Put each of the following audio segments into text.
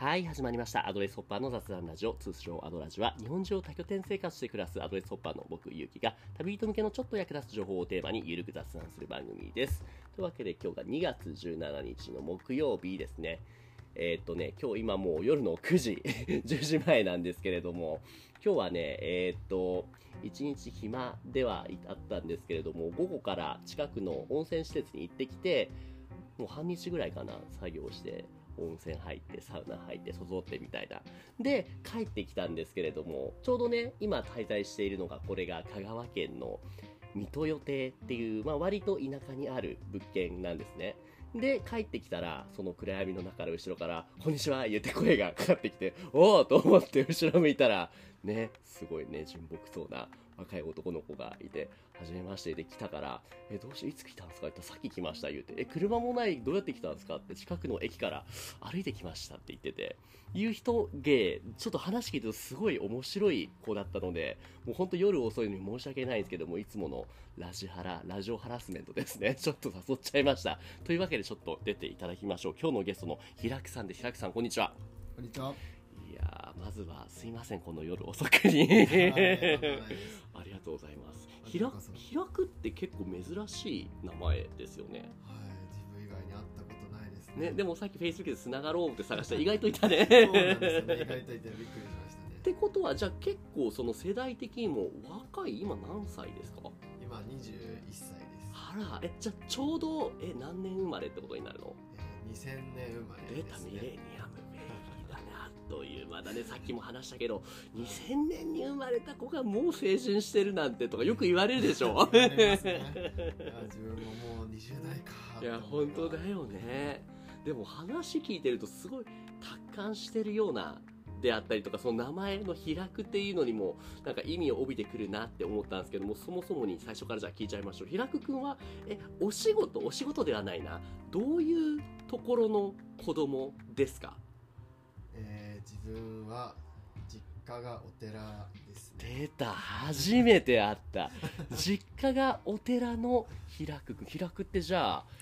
はい、始まりました。アドレスホッパーの雑談ラジオ、通称アドラジは、日本中を多拠点生活して暮らすアドレスホッパーの僕、ゆうきが、旅人向けのちょっと役立つ情報をテーマにゆるく雑談する番組です。というわけで、今日が2月17日の木曜日ですね。今日今もう夜の9時、10時前なんですけれども、今日はね、一日暇ではあったんですけれども、午後から近くの温泉施設に行ってきて、もう半日ぐらいかな、作業して、温泉入ってサウナ入って外ってみたいなで帰ってきたんですけれども、ちょうどね今滞在しているのがこれが香川県の三豊邸っていう、割と田舎にある物件なんですね。で帰ってきたらその暗闇の中から後ろから「こんにちは」言って声がかかってきて、おおと思って後ろ向いたらね、すごいね純朴そうな若い男の子がいて、初めましてで来たから「どうしていつ来たんですか?」って言ったら「さっき来ました」言うて「車もないどうやって来たんですか?」って近くの駅から歩いてきましたって言ってて、言う人芸ちょっと話聞いてるとすごい面白い子だったので、もうほんと夜遅いのに申し訳ないんですけども、いつものラジオハラスメントですね、ちょっと誘っちゃいました。というわけでちょっと出ていただきましょう。今日のゲストの平久さんです。平久さん、こんにちは。 こんにちは。 いやまずはすいません、この夜遅くにありがとうございます。平久って結構珍しい名前ですよね。 はい、自分以外に会ったことないですね。 でもさっき Facebook で繋がろうって探したら意外といたねそうなんですよね、意外といてびっくりしましたね。 ってことはじゃあ結構その世代的にも若い、今何歳ですか？ 今21歳です。 あら、じゃあちょうど何年生まれってことになるの ？2000年生まれですね。 出たミレニアムベイビーだね。あっという間だね。さっきも話したけど2000年に生まれた子がもう成人してるなんてとかよく言われるでしょ言われますね。自分ももう20代か。 いや本当だよね。でも話聞いてるとすごい達観してるようなであったりとか、その名前の平久っていうのにもなんか意味を帯びてくるなって思ったんですけども、そもそもに最初からじゃあ聞いちゃいましょう。平久くんはお仕事ではないな、どういうところの子供ですか？ 自分は実家がお寺ですね。 出た、初めて会った実家がお寺の平久くん。平久ってじゃあ、 はい、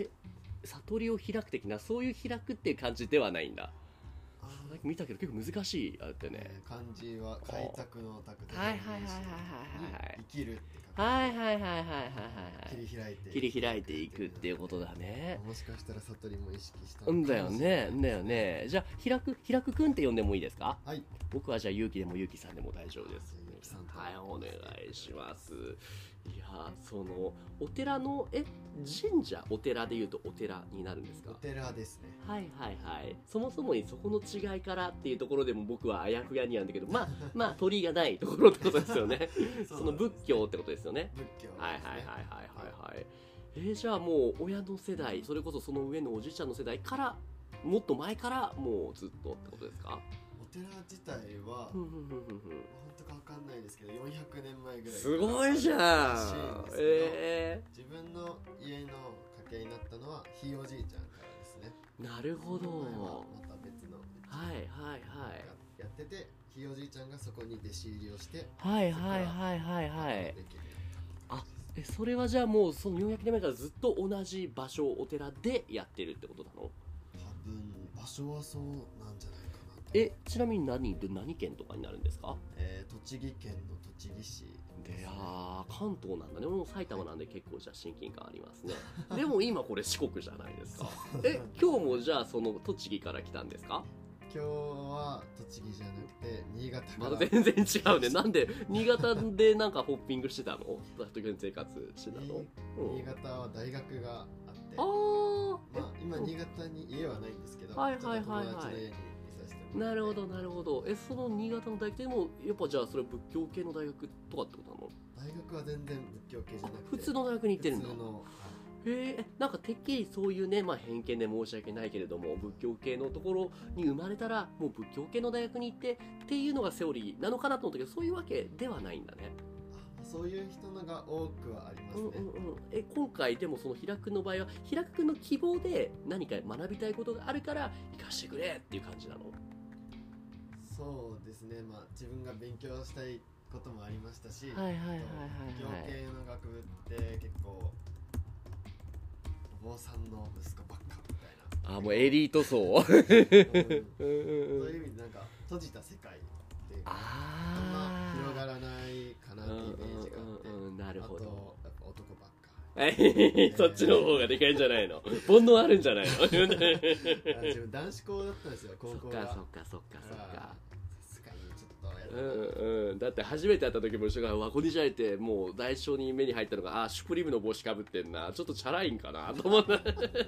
悟りを開く的なそういう開くっていう感じではないんだ。見たけど結構難しいあってね、 漢字は開拓の拓で、 はいはいはいはいはい生きるって書く。 はいはいはいはいはいはい切り開いていくっていうことだね。 もしかしたら悟りも意識したんだよね。じゃあ平久くんって呼んでもいいですか？ はい、 僕はじゃあゆうきでもゆうきさんでも大丈夫です。 ゆうきさんとはい、お願いします。いやそのお寺の神社、お寺でいうとお寺になるんですか？ お寺ですね。 はいはいはい。そもそもにそこの違いからっていうところでも僕はあやふやになんだけど、まあ鳥居がないところってことですよねその仏教ってことですよね。 仏教ですね。 はいはいはいはいはいはい。じゃあもう親の世代、それこそその上のおじいちゃんの世代から、もっと前からもうずっとってことですか？ お寺自体は本当かわかんないですけど400年前ぐらい。 すごいじゃん。 自分の家の家系になったのはひいおじいちゃんからですね。 なるほど。 また別のはいはいはいやってて、ひいおじいちゃんがそこに弟子入りをして、 はいはいはいはいはい。あ、それはじゃあもうその400年前からずっと同じ場所、お寺でやってるってことなの？ 多分場所はそうなんじゃないかなと。 ちなみに何県とかになるんですか？ 栃木県の栃木市で、関東なんだね。俺も埼玉なんで結構じゃあ親近感ありますねでも今これ四国じゃないですか今日もじゃあその栃木から来たんですか？ 今日は栃木じゃなくて新潟から。 まだ全然違うね。なんで新潟でなんかホッピングしてたの？東京に生活してたの？ 新潟は大学があって、今新潟に家はないんですけど、 はいはいはいはい、 友達の家にいさせてもらって。 なるほどなるほど。その新潟の大学でもやっぱじゃあそれ仏教系の大学とかってことなの？ 大学は全然仏教系じゃなくて普通の大学に行ってるんだ。 普通の、 なんかてっきりそういうね、偏見で申し訳ないけれども仏教系のところに生まれたらもう仏教系の大学に行ってっていうのがセオリーなのかなと思ったけど、そういうわけではないんだね。 そういう人のが多くはありますね。 今回でもその平久の場合は平久くんの希望で何か学びたいことがあるから行かしてくれっていう感じなの？ そうですね、自分が勉強したいこともありましたし、 はいはいはいはいはい、 仏教系の学部って結構お坊さんの息子ばっかみたいなあ、もうエリート層そういう意味でなんか閉じた世界っていうか、あんま広がらないかなっていうイメージがあって、 なるほど。 あとやっぱ男ばっかそっちの方がでかいんじゃないの？煩悩あるんじゃないの？ 自分男子校だったんですよ、高校が。 そっか。 さすがにちょっとやだだって初めて会った時も一緒が「わこんにちは」ってもう最初に目に入ったのが「あシュプリームの帽子かぶってんな、ちょっとチャラいんかな」と思った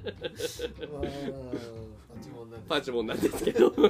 パチモンなんですけど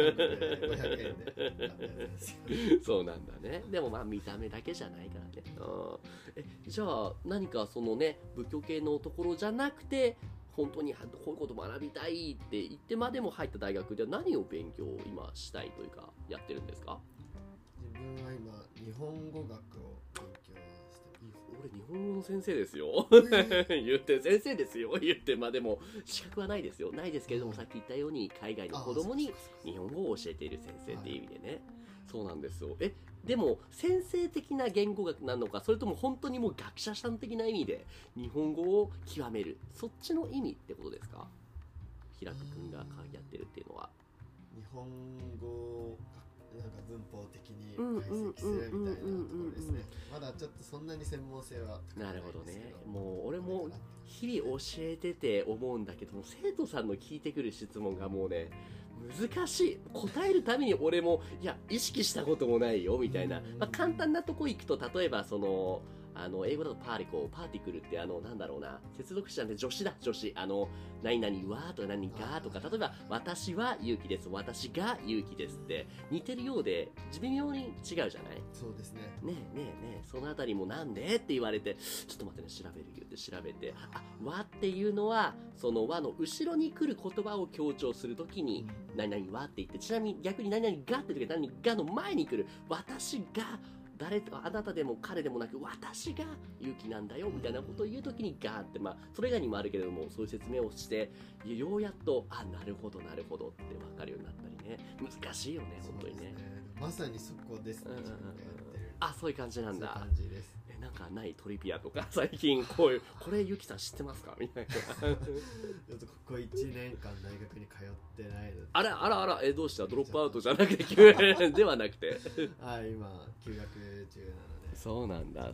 500円で買ったやつですよ。 そうなんだね。でもまあ見た目だけじゃないからね。じゃあ何かそのね仏教系のところじゃなくて本当にこういうこと学びたいって言ってまでも入った大学では何を勉強を今したいというかやってるんですか？ 自分は今日本語学を勉強してます。 俺日本語の先生ですよ言って先生ですよ言ってまあでも資格はないですよ、ないですけれども、さっき言ったように海外の子供に日本語を教えている先生っていう意味でね、そうなんですよ。でも先生的な言語学なのか、それとも本当にもう学者さん的な意味で日本語を極める、そっちの意味ってことですか？平久くんがやってるっていうのは日本語をなんか文法的に解析するみたいなところですね。まだちょっとそんなに専門性はなるほどね。もう俺も日々教えてて思うんだけども、生徒さんの聞いてくる質問がもうね難しい。答えるために俺もいや意識したこともないよみたいな、簡単なとこ行くと、例えばその英語だとパーティクルってなんだろうな、接続詞なんで助詞、何々はとか何々がとか、例えば私は勇気です、私が勇気ですって似てるようで微妙に違うじゃない？ そうですね。 ねえそのあたりもなんでって言われて、ちょっと待ってね、調べるよって調べて、和っていうのはその和の後ろに来る言葉を強調するときに何々和って言って、ちなみに逆に何々がって時は何々がの前に来る私があなたでも彼でもなく私が勇気なんだよみたいなことを言うときにガーって、それ以外にもあるけれども、そういう説明をしてようやっとなるほどって分かるようになったりね。難しいよね本当にね。 まさにそこですね。自分がやってる。 そういう感じなんだ。 そういう感じです。 なんかないトリビアとか最近これゆきさん知ってますかみたいなちょっとここ1年間大学に通ってないので。 あらどうしたドロップアウトじゃなくてではなくて今休学中なので。 そうなんだ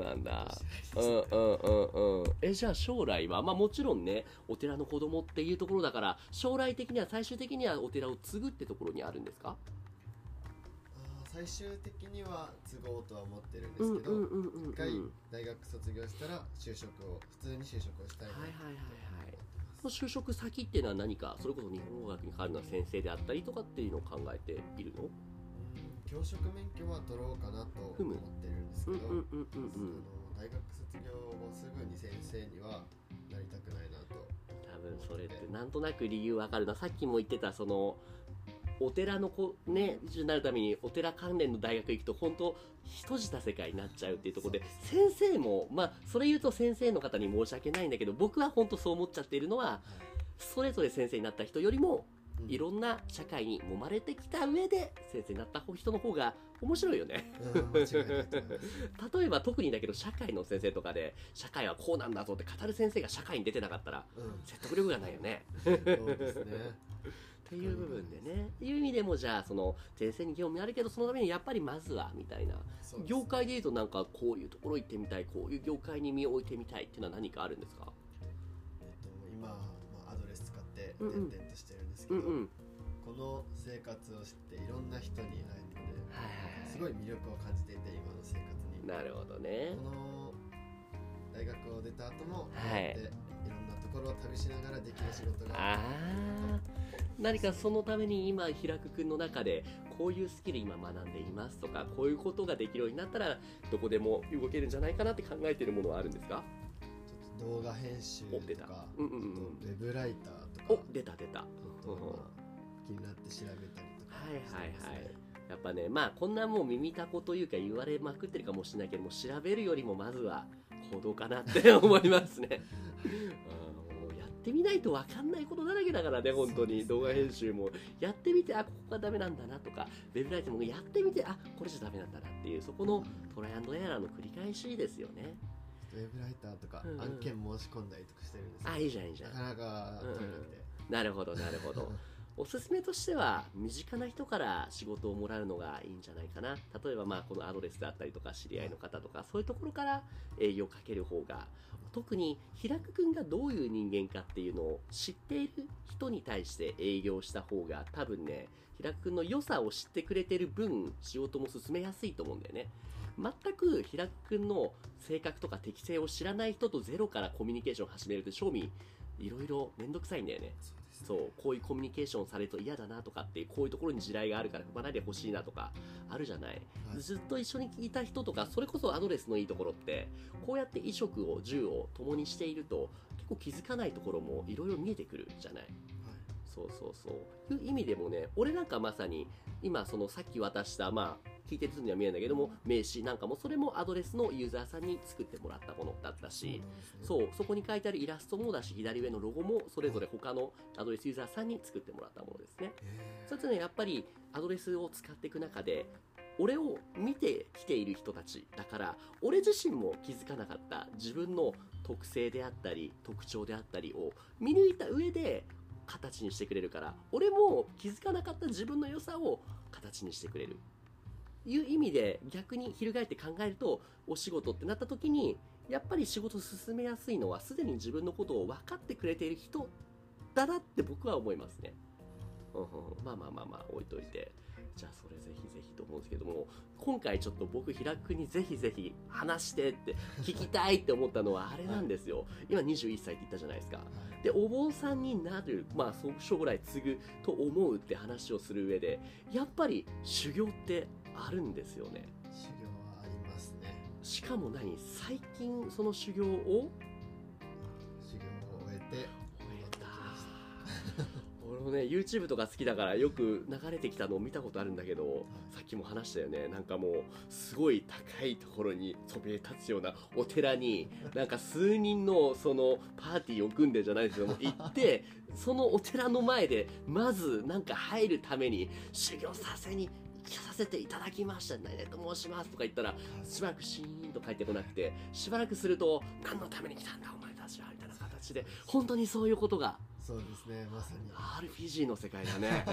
じゃあ将来はもちろんねお寺の子供っていうところだから、将来的には最終的にはお寺を継ぐってところにあるんですか？ 最終的には継ごうとは思ってるんですけど、一回大学卒業したら普通に就職をしたいな。 就職先っていうのは何か、それこそ日本語学に関わるのは先生であったりとかっていうのを考えているの？ 教職免許は取ろうかなと思ってるんですけど、大学卒業後すぐに先生にはなりたくないなと。 多分それってなんとなく理由わかるな。さっきも言ってたそのお寺の子ねになるためにお寺関連の大学行くと本当閉じた世界になっちゃうっていうところで、先生もそれ言うと先生の方に申し訳ないんだけど、僕は本当そう思っちゃっているのは、それぞれ先生になった人よりもいろんな社会に揉まれてきた上で先生になった人の方が面白いよね例えば特にだけど社会の先生とかで社会はこうなんだぞって語る先生が社会に出てなかったら説得力がないよねそうですねっていう部分でね、いう意味でもじゃあその先生に興味あるけど、そのためにやっぱりまずはみたいな、業界でいうとなんかこういうところ行ってみたい、こういう業界に身を置いてみたいっていうのは何かあるんですか？ 今、アドレス使って転々としてるんですけど、この生活をしていろんな人に会えて、すごい魅力を感じていて、今の生活に。 なるほどね。 この大学を出た後もこうやっていろんなところを旅しながらできる仕事が何かそのために今平久くんの中でこういうスキル今学んでいますとか、こういうことができるようになったらどこでも動けるんじゃないかなって考えているものはあるんですか？ ちょっと動画編集とか、ウェブライターとか出た気になって調べたりとか、 やっぱね、こんなもう耳たこというか言われまくってるかもしれないけども、調べるよりもまずは行動かなって思いますねやってみないと分かんないことだらけだからね、本当に。動画編集もやってみて、ここがダメなんだなとか、ウェブライターもやってみて、これじゃダメなんだなっていう、そこのトライアンドエラーの繰り返しですよね。 ウェブライターとか案件申し込んだりとかしてるんですけど、 いいじゃんなかなか取れなくてなるほどなるほど。おすすめとしては身近な人から仕事をもらうのがいいんじゃないかな。例えばこのアドレスであったりとか知り合いの方とかそういうところから営業をかける方が、特に平久くんがどういう人間かっていうのを知っている人に対して営業した方が多分ね、平久くんの良さを知ってくれてる分仕事も進めやすいと思うんだよね。全く平久くんの性格とか適性を知らない人とゼロからコミュニケーションを始めると正味いろいろめんどくさいんだよね。そう、こういうコミュニケーションされると嫌だなとかって、こういうところに地雷があるから踏まないでほしいなとかあるじゃない、はい、ずっと一緒にいた人とか、それこそアドレスのいいところってこうやって衣食を住を共にしていると結構気づかないところもいろいろ見えてくるじゃない、はい、そうそうそういう意味でもね、俺なんかまさに今そのさっき渡した聞いてる人には見えるんだけども、名刺なんかもそれもアドレスのユーザーさんに作ってもらったものだったし、そう、そこに書いてあるイラストもだし、左上のロゴもそれぞれ他のアドレスユーザーさんに作ってもらったものですね。それとね、やっぱりアドレスを使っていく中で俺を見てきている人たちだから、俺自身も気づかなかった自分の特性であったり特徴であったりを見抜いた上で形にしてくれるから、俺も気づかなかった自分の良さを形にしてくれるいう意味で、逆に翻って考えると、お仕事ってなった時にやっぱり仕事進めやすいのはすでに自分のことを分かってくれている人だなって僕は思いますね。まあ置いといて、じゃあそれぜひぜひと思うんですけども、今回ちょっと僕平久にぜひぜひ話してって聞きたいって思ったのはあれなんですよ。今21歳って言ったじゃないですか。でお坊さんになる、将来継ぐと思うって話をする上で、やっぱり修行ってあるんですよね。 修行はありますね。 しかも最近その修行を終えた俺もね YouTube とか好きだからよく流れてきたのを見たことあるんだけど、さっきも話したよね、なんかもうすごい高いところにそびえ立つようなお寺になんか数人のそのパーティーを組んでじゃないですけども行ってそのお寺の前でまずなんか入るために修行させていただきました、何々と申しますとか言ったらしばらくシーンと帰ってこなくて、しばらくすると何のために来たんだお前たちはみたいな形で、本当にそういうことが、 そうですね、まさに RPG の世界だね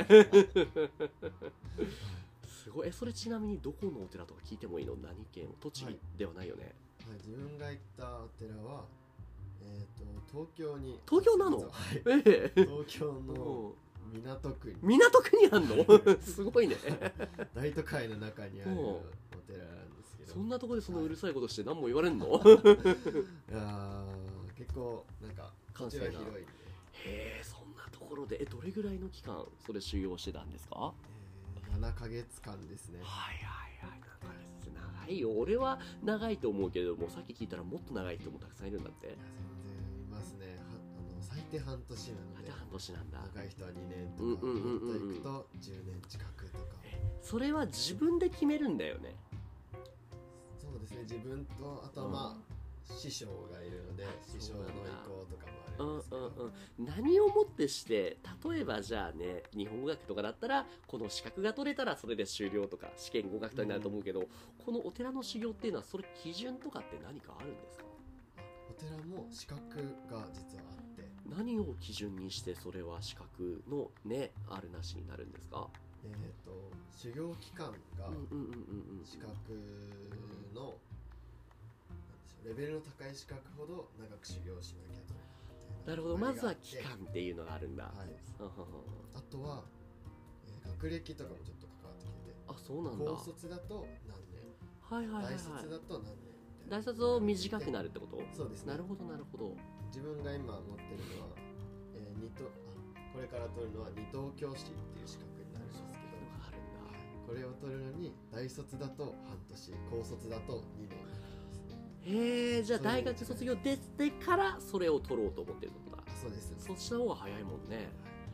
すごい。それちなみにどこのお寺とか聞いてもいいの？何県？栃木ではないよね。 はい、自分が行ったお寺は東京に。 東京なの？ はい、東京の港区にあんのすごいね大都会の中にあるお寺なんですけど、 そんなところでそのうるさいことして何も言われんの？ いや結構なんかこちら広いんで。 へえ、そんなところでどれぐらいの期間それ修行してたんですか ？7ヶ月間ですね。 はい、7ヶ月長いよ。俺は長いと思うけれども、さっき聞いたらもっと長い人もたくさんいるんだって。いや全然いますね。最低半年なので。 半年なんだ。 長い人は2年とか、もっといくと10年近くとか。 それは自分で決めるんだよね？ そうですね、自分とあとは師匠がいるので、師匠の意向とかもあるんですけど、 何をもってして、例えばじゃあね、日本語学とかだったらこの資格が取れたらそれで終了とか試験合格とかになると思うけど、このお寺の修行っていうのはそれ基準とかって何かあるんですか？ お寺も資格が実はあって。 何を基準にしてそれは資格のね、あるなしになるんですか？ 修行期間が資格のレベルの高い資格ほど長く修行しなきゃと。 なるほど、まずは期間っていうのがあるんだ。はい、 あとは、学歴とかもちょっと関わってきて。 あ、そうなんだ。 高卒だと何年、大卒だと何年みたいな。 大卒を短くなるってこと？ そうですね。 なるほどなるほど。 自分が今持ってるのは、これから取るのは二等教師っていう資格になるんですけど、これを取るのに大卒だと半年、高卒だと2年かかるんですね。 へえ、じゃあ大学卒業出てからそれを取ろうと思ってるのかな？ そうです。 そっちの方が早いもんね。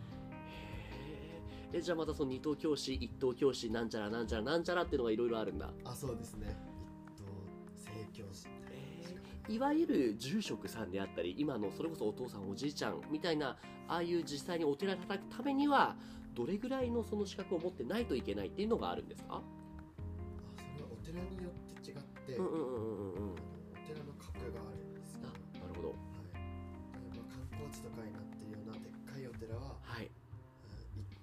へえ、じゃあまたその二等教師、一等教師、なんちゃらなんちゃらなんちゃらっていうのがいろいろあるんだ。 あ、そうですね。正教師。 いわゆる住職さんであったり、今のそれこそお父さんおじいちゃんみたいな、ああいう実際にお寺で働くためにはどれぐらいのその資格を持ってないといけないっていうのがあるんですか？ それはお寺によって違って、お寺の格があるんですよ。 なるほど。 例えば観光地とかになっているようなでっかいお寺は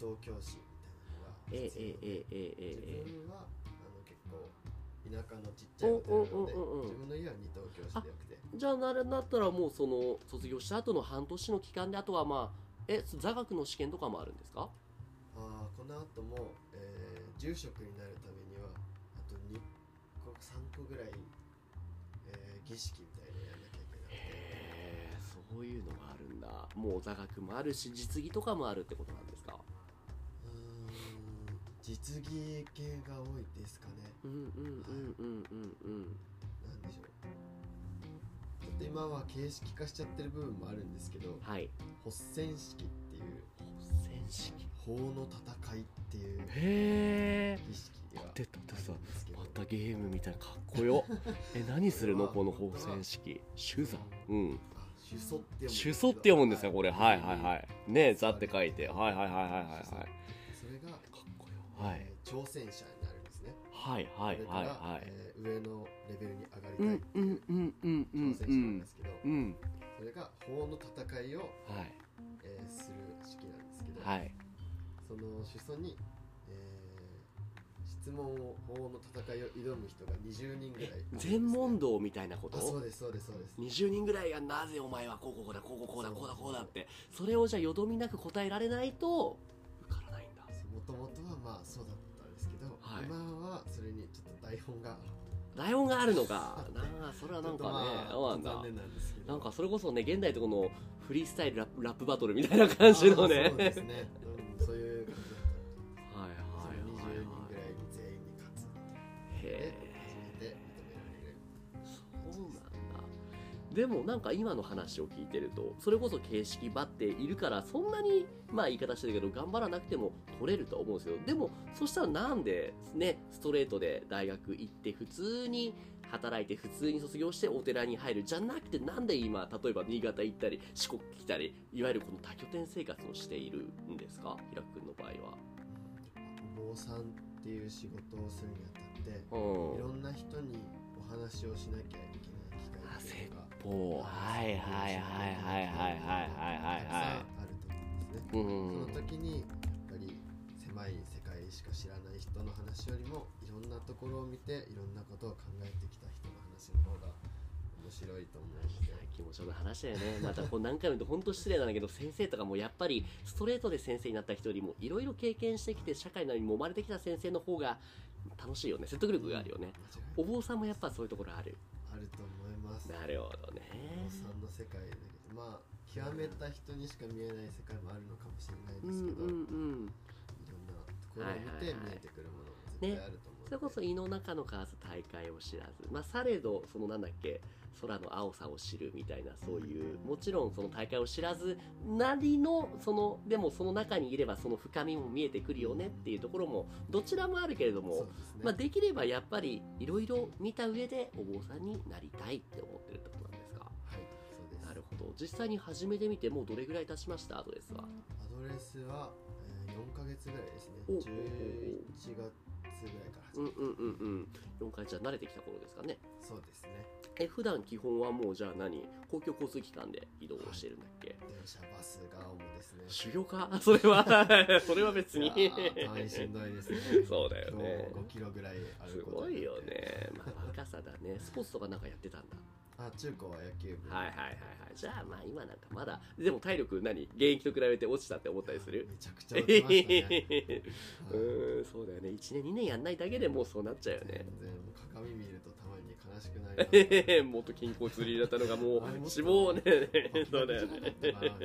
等教師みたいなのが必要で、自分は結構田舎のちっちゃいホテルなので、自分の家は二等教師でよくて。 じゃあなったらもうその卒業した後の半年の期間で、あとはまあ座学の試験とかもあるんですか？ この後も、住職になるためにはあと2個3個ぐらい、儀式みたいなのやらなきゃいけなくて。 へえ、そういうのがあるんだ。もう座学もあるし実技とかもあるってことなんですか？ 実技系が多いですかね。なんでしょう、ちょっと今は形式化しちゃってる部分もあるんですけど、 はい、 発戦式っていう、法の戦いっていう儀式があるんですけど、 またゲームみたいな、かっこよ何するのこの法戦式？主座、 主祖って読むんですかこれ？はいはいはいね、座って書いて、はいはいはいはいはいはい、 それがかっこよ、 はい、 挑戦者になるんですね。 はいはいはいはい、 上のレベルに上がりたいっていう挑戦者なんですけど、それが法の戦いを、する式なんですけど、その主祖に、質問を、法の戦いを挑む人が20人ぐらい、 全問答みたいなこと？ そうですそうですそうです。 20人ぐらいがなぜお前はこうこうだこうこうだこうだこうだって、それをじゃあよどみなく答えられないと受からないんだ。 もともとはまあそうだったんですけど、今はそれにちょっと台本があるのかな。それはなんかね、 残念なんですけど、 なんかそれこそね、現代とこのフリースタイルラップバトルみたいな感じのね。 そうですね、そういう感じだった。 はいはいはいはい、 20人ぐらいに全員に勝つっていうで初めて認められる。 そうなんだ。でもなんか今の話を聞いてると、それこそ形式ばっているからそんなに、まあ言い方してるけど頑張らなくても取れると思うんですけど、でもそしたらなんでね、ストレートで大学行って普通に働いて普通に卒業してお寺に入るじゃなくて、なんで今例えば新潟行ったり四国来たり、いわゆるこの多拠点生活をしているんですか、平く君の場合は？ お坊さんっていう仕事をするにあたって、いろんな人にお話をしなきゃいけない機会っていうのがはいはいはいはいはいはいはいはい、 たくさんあると思うんですね。その時にやっぱり狭い世界しか知らない人の話よりも、いろんなところを見ていろんなことを考えてきた人の話の方が面白いと思うので。 気持ちよく話だよね。またこう何回も言うと本当失礼なんだけど、先生とかもやっぱりストレートで先生になった人よりもいろいろ経験してきて社会のように揉まれてきた先生の方が楽しいよね。説得力があるよね。お坊さんもやっぱそういうところあると思います。 なるほどね。 お坊さんの世界だけど、まあ極めた人にしか見えない世界もあるのかもしれないですけど、いろんなところを見て見えてくるものも絶対あると思うので、 それこそ胃の中の蛙大海を知らず、まあされどそのなんだっけ、空の青さを知るみたいな、そういうもちろんその大海を知らずなりのその、でもその中にいればその深みも見えてくるよねっていうところもどちらもあるけれども、まあできればやっぱりいろいろ見た上でお坊さんになりたいって思ってるってことなんですか？ はい、そうです。 なるほど。実際に始めてみてもうどれぐらい経ちました？アドレスはアドレスは、4ヶ月ぐらいですね。11月ぐらいから始めて、 4回じゃ慣れてきた頃ですかね。 そうですね。 普段基本はもうじゃあ公共交通機関で移動をしてるんだっけ？ 電車バスが主ですね。 修行かそれは別に大変しんどいですね。 そうだよね。 5キロぐらい歩すくことごいよね。まあ若さだね。スポーツとかなんかやってたんだ。 中高は野球部。 はい。じゃあまあ今なんかまだでも体力現役と比べて落ちたって思ったりする？ めちゃくちゃ落ちましたね。 そうだよね。1年2年やんないだけでもうそうなっちゃうよね。 全然鏡見るとたまに悲しくなります。 もっと筋骨痛だったのがもう脂肪ね。そうだよね。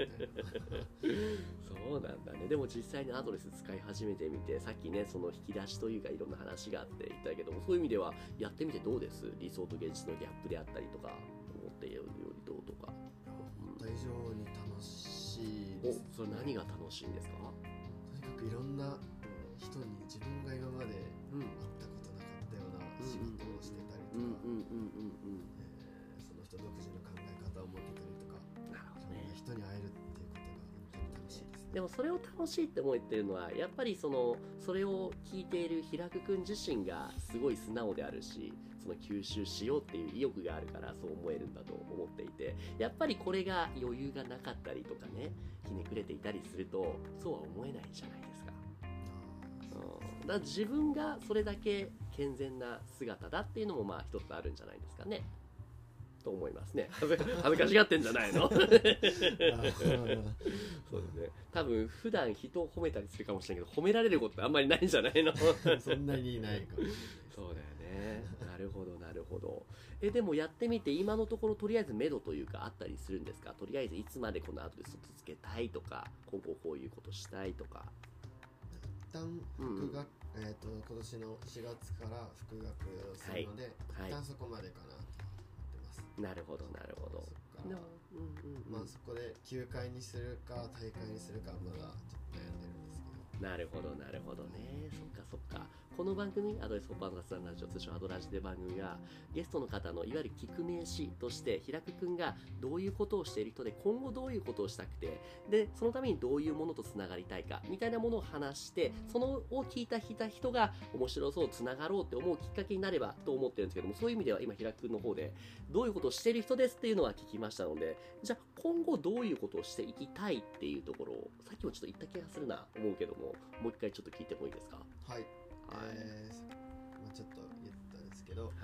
そうなんだね。でも実際にアドレス使い始めてみて、さっきねその引き出しというかいろんな話があって言ったけども、そういう意味ではやってみてどうです？理想と現実のギャップであったりとか、思っているよりどうとか。 以上に楽しいです。 それ何が楽しいんですか？ とにかくいろんな人に自分が今まで会ったことなかったような仕事をしてたりとか、その人独自の考え方を持ってたりとか、いろんな人に会えるっていうことが本当に楽しいですね。 でもそれを楽しいって思ってるのはやっぱりそれを聞いている平久くん自身がすごい素直であるし、その吸収しようっていう意欲があるからそう思えるんだと思っていて、やっぱりこれが余裕がなかったりとかね、ひねくれていたりするとそうは思えないじゃないですか。 だから自分がそれだけ健全な姿だっていうのもまあ一つあるんじゃないですかねと思いますね。恥ずかしがってんじゃないのそうですね。多分普段人を褒めたりするかもしれないけど褒められることってあんまりないんじゃないのそんなにないかもしれない。 そうだよね。なるほどなるほど。でもやってみて今のところとりあえず目処というかあったりするんですか？とりあえずいつまでこの後で外つけたいとか今後こういうことしたいとか。 一旦復学、今年の4月から復学するので、一旦そこまでかなと思ってます。 なるほどなるほど。 そっからまあそこで休会にするか大会にするかまだちょっと悩んでるんですけど。 なるほどなるほどね。そっかそっか。この番組アドレスホッパーの雑談ラジオ通称アドラジで番組がゲストの方のいわゆる聞く名詞として平久くんがどういうことをしている人で今後どういうことをしたくてでそのためにどういうものとつながりたいかみたいなものを話してそのを聞いた人が面白そうつながろうって思うきっかけになればと思ってるんですけどもそういう意味では今平久くんの方でどういうことをしている人ですっていうのは聞きましたのでじゃあ今後どういうことをしていきたいっていうところをさっきもちょっと言った気がするな思うけどももう一回ちょっと聞いてもいいですか？ はい。まあ、ちょっと言ったんですけど、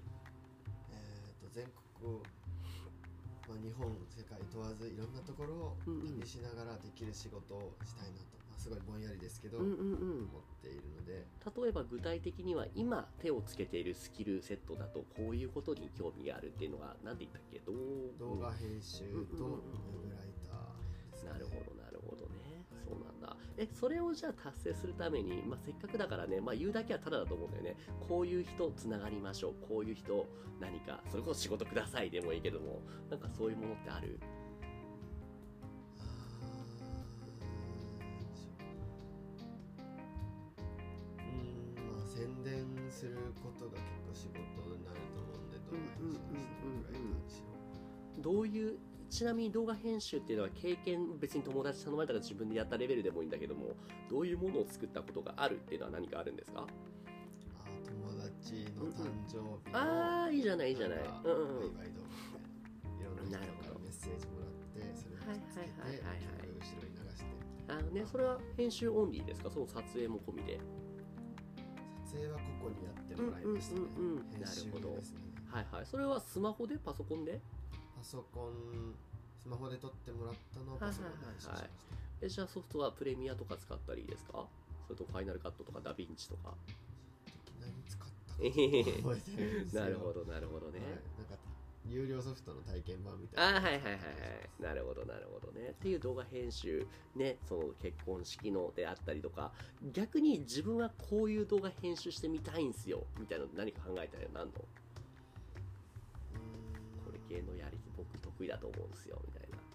全国、まあ、日本世界問わずいろんなところを旅しながらできる仕事をしたいなと、まあ、すごいぼんやりですけど、思っているので例えば具体的には今手をつけているスキルセットだとこういうことに興味があるっていうのは何て言ったっけ？ 動画編集とウェブライターですね。 なるほどなるほどね。そうなんだ。それをじゃあ達成するために、まあ、せっかくだからね、まあ、言うだけはただだと思うんだよね。こういう人つながりましょう。こういう人何かそれこそ仕事くださいでもいいけどもなんかそういうものってある？ まあ宣伝することが結構仕事になると思うんで動画編集にしろウェブライターにしろどういうちなみに動画編集っていうのは経験別に友達頼まれたら自分でやったレベルでもいいんだけどもどういうものを作ったことがあるっていうのは何かあるんですか？ 友達の誕生日のいいじゃないいいじゃない。 バイバイ動画みたいないろんな人からメッセージもらってそれをつけて後ろに流してそれは編集オンリーですか？その撮影も込みで撮影は個々にやってもらいましたね。編集ですね。 はいはい。それはスマホでパソコンでスマホで撮ってもらったのをパソコンで編集しました。 じゃあソフトはプレミアとか使ったらいいですか？それとファイナルカットとかダヴィンチとか何使ったか覚えてないんですけどなるほどなるほどね、 なんか有料ソフトの体験版みたいななるほどなるほどねっていう動画編集ねその結婚式のであったりとか逆に自分はこういう動画編集してみたいんすよみたいなの何か考えたら何のこれ系のやり僕得意だと思うんですよみたいな。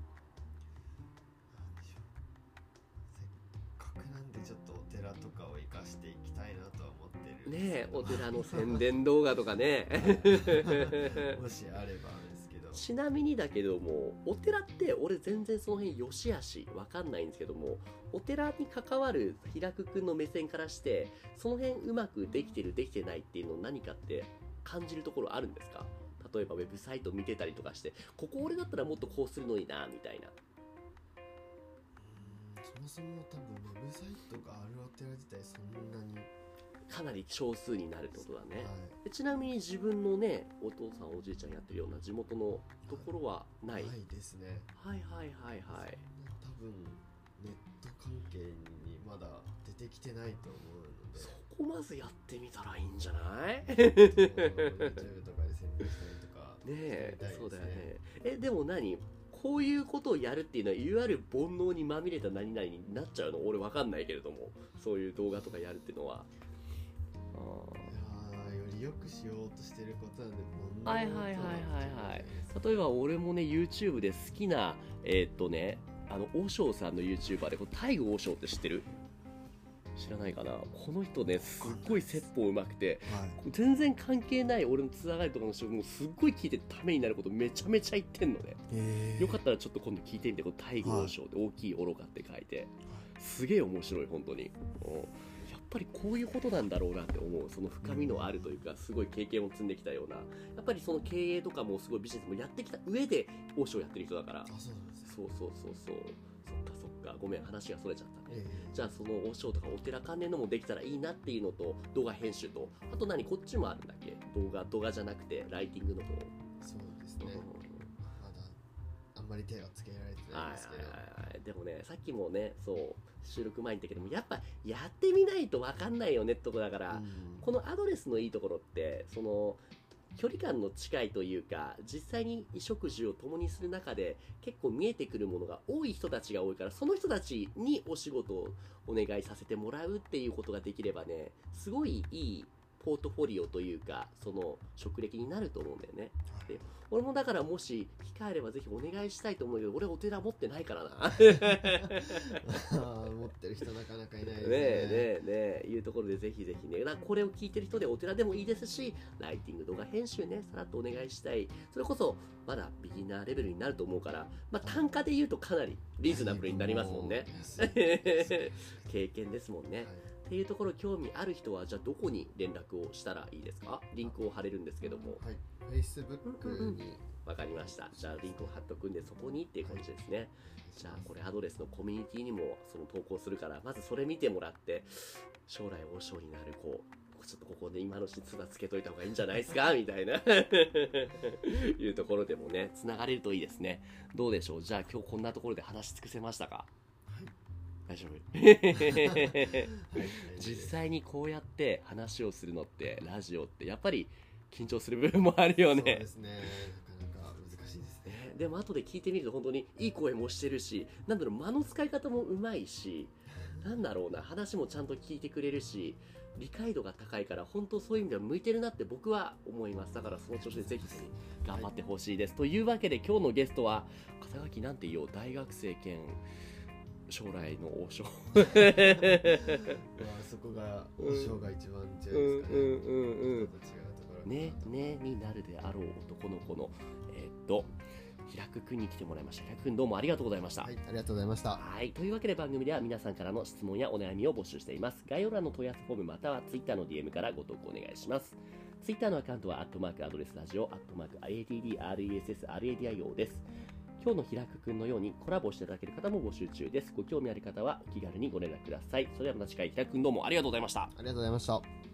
せっかくなんでちょっとお寺とかを生かしていきたいなとは思ってるんですねえお寺の宣伝動画とかねもしあればですけどちなみにだけどもお寺って俺全然その辺よしあしわかんないんですけどもお寺に関わる平久くんの目線からしてその辺うまくできてるできてないっていうの何かって感じるところあるんですか？例えばウェブサイト見てたりとかしてここ俺だったらもっとこうするのになみたいな。 そもそも多分ウェブサイトがあるお寺自体そんなにかなり少数になるってことだね、 はい、 ちなみに自分のねお父さんおじいちゃんやってるような地元のところはない、 ないですね。 はいはいはいはい。 多分ネット関係にまだ出てきてないと思うのでそこまずやってみたらいいんじゃない？ YouTube とかで宣伝したりとかねえそうだよね。 ね。でもこういうことをやるっていうのはいわゆる煩悩にまみれた何々になっちゃうの俺わかんないけれどもそういう動画とかやるっていうのはより良くしようとしてることなんではいはいはいはいはい例えば俺もね YouTube で好きな王将さんの YouTuber で大悟王将って知ってる？知らないかな。この人ねすっごい説法うまくて、はい、全然関係ない俺のつながりとかの人もすっごい聞いてためになることめちゃめちゃ言ってんのね。よかったらちょっと今度聞いてみて大悟王将って大きい愚かって書いて、すげえ面白い本当に。やっぱりこういうことなんだろうなって思う。その深みのあるというか、すごい経験を積んできたような、やっぱりその経営とかもすごいビジネスもやってきた上で王将やってる人だから。 そうなんですよ。 そうそっかごめん、話がそれちゃったね。 ええじゃあその王将とかお寺関連のもできたらいいなっていうのと、動画編集と、あとこっちもあるんだっけ、動画じゃなくてライティングの方。 そうですね、まだあんまり手がつけられてないんですけど、 でもね、さっきもね、そう収録前に言ったけども、やっぱやってみないと分かんないよねってとこだから、このアドレスのいいところって、その距離感の近いというか、実際に衣食住を共にする中で結構見えてくるものが多い人たちが多いから、その人たちにお仕事をお願いさせてもらうっていうことができればね、すごいいいポートフォリオというか、その職歴になると思うんだよね。で、俺もだからもし控えればぜひお願いしたいと思うけど、俺お寺持ってないからな。 持ってる人なかなかいないですね。 ねえいうところでぜひぜひね、だからこれを聞いてる人でお寺でもいいですし、ライティング動画編集ね、さらっとお願いしたい。それこそまだビギナーレベルになると思うから、単価で言うとかなりリーズナブルになりますもんね。経験ですもんね。っていうところ興味ある人は、じゃあどこに連絡をしたらいいですか？リンクを貼れるんですけども。 はい、Facebook に。 わかりました。じゃあリンクを貼っとくんで、そこにっていう感じですね。じゃあこれアドレスのコミュニティにもその投稿するから、まずそれ見てもらって、将来王将になる子、ちょっとここで今のうちにつばつけといた方がいいんじゃないですかみたいないうところでもね、つながれるといいですね。どうでしょう？じゃあ今日こんなところで話し尽くせましたか？大丈夫実際にこうやって話をするのって、ラジオってやっぱり緊張する部分もあるよね。 そうですね、なかなか難しいですね。 でも後で聞いてみると本当にいい声もしてるし、なんだろう、間の使い方もうまいし、なんだろうな、話もちゃんと聞いてくれるし、理解度が高いから、本当そういう意味では向いてるなって僕は思います。だからその調子でぜひぜひ頑張ってほしいです、というわけで今日のゲストは肩書きなんて言おう、大学生兼将来の王将そこが王将が一番強いですかね。人と違うところねになるであろう男の子の平久くんに来てもらいました。平久くんどうもありがとうございました。 はい、ありがとうございました。 はい、というわけで番組では皆さんからの質問やお悩みを募集しています。概要欄の問い合わせフォームまたは Twitter の DM からご投稿お願いします。Twitter のアカウントはアドレスラジオ@ADDRESSRADIO です。今日の平久くんのようにコラボしていただける方も募集中です。ご興味ある方はお気軽にご連絡ください。それではまた次回、平久くんどうもありがとうございました。 ありがとうございました。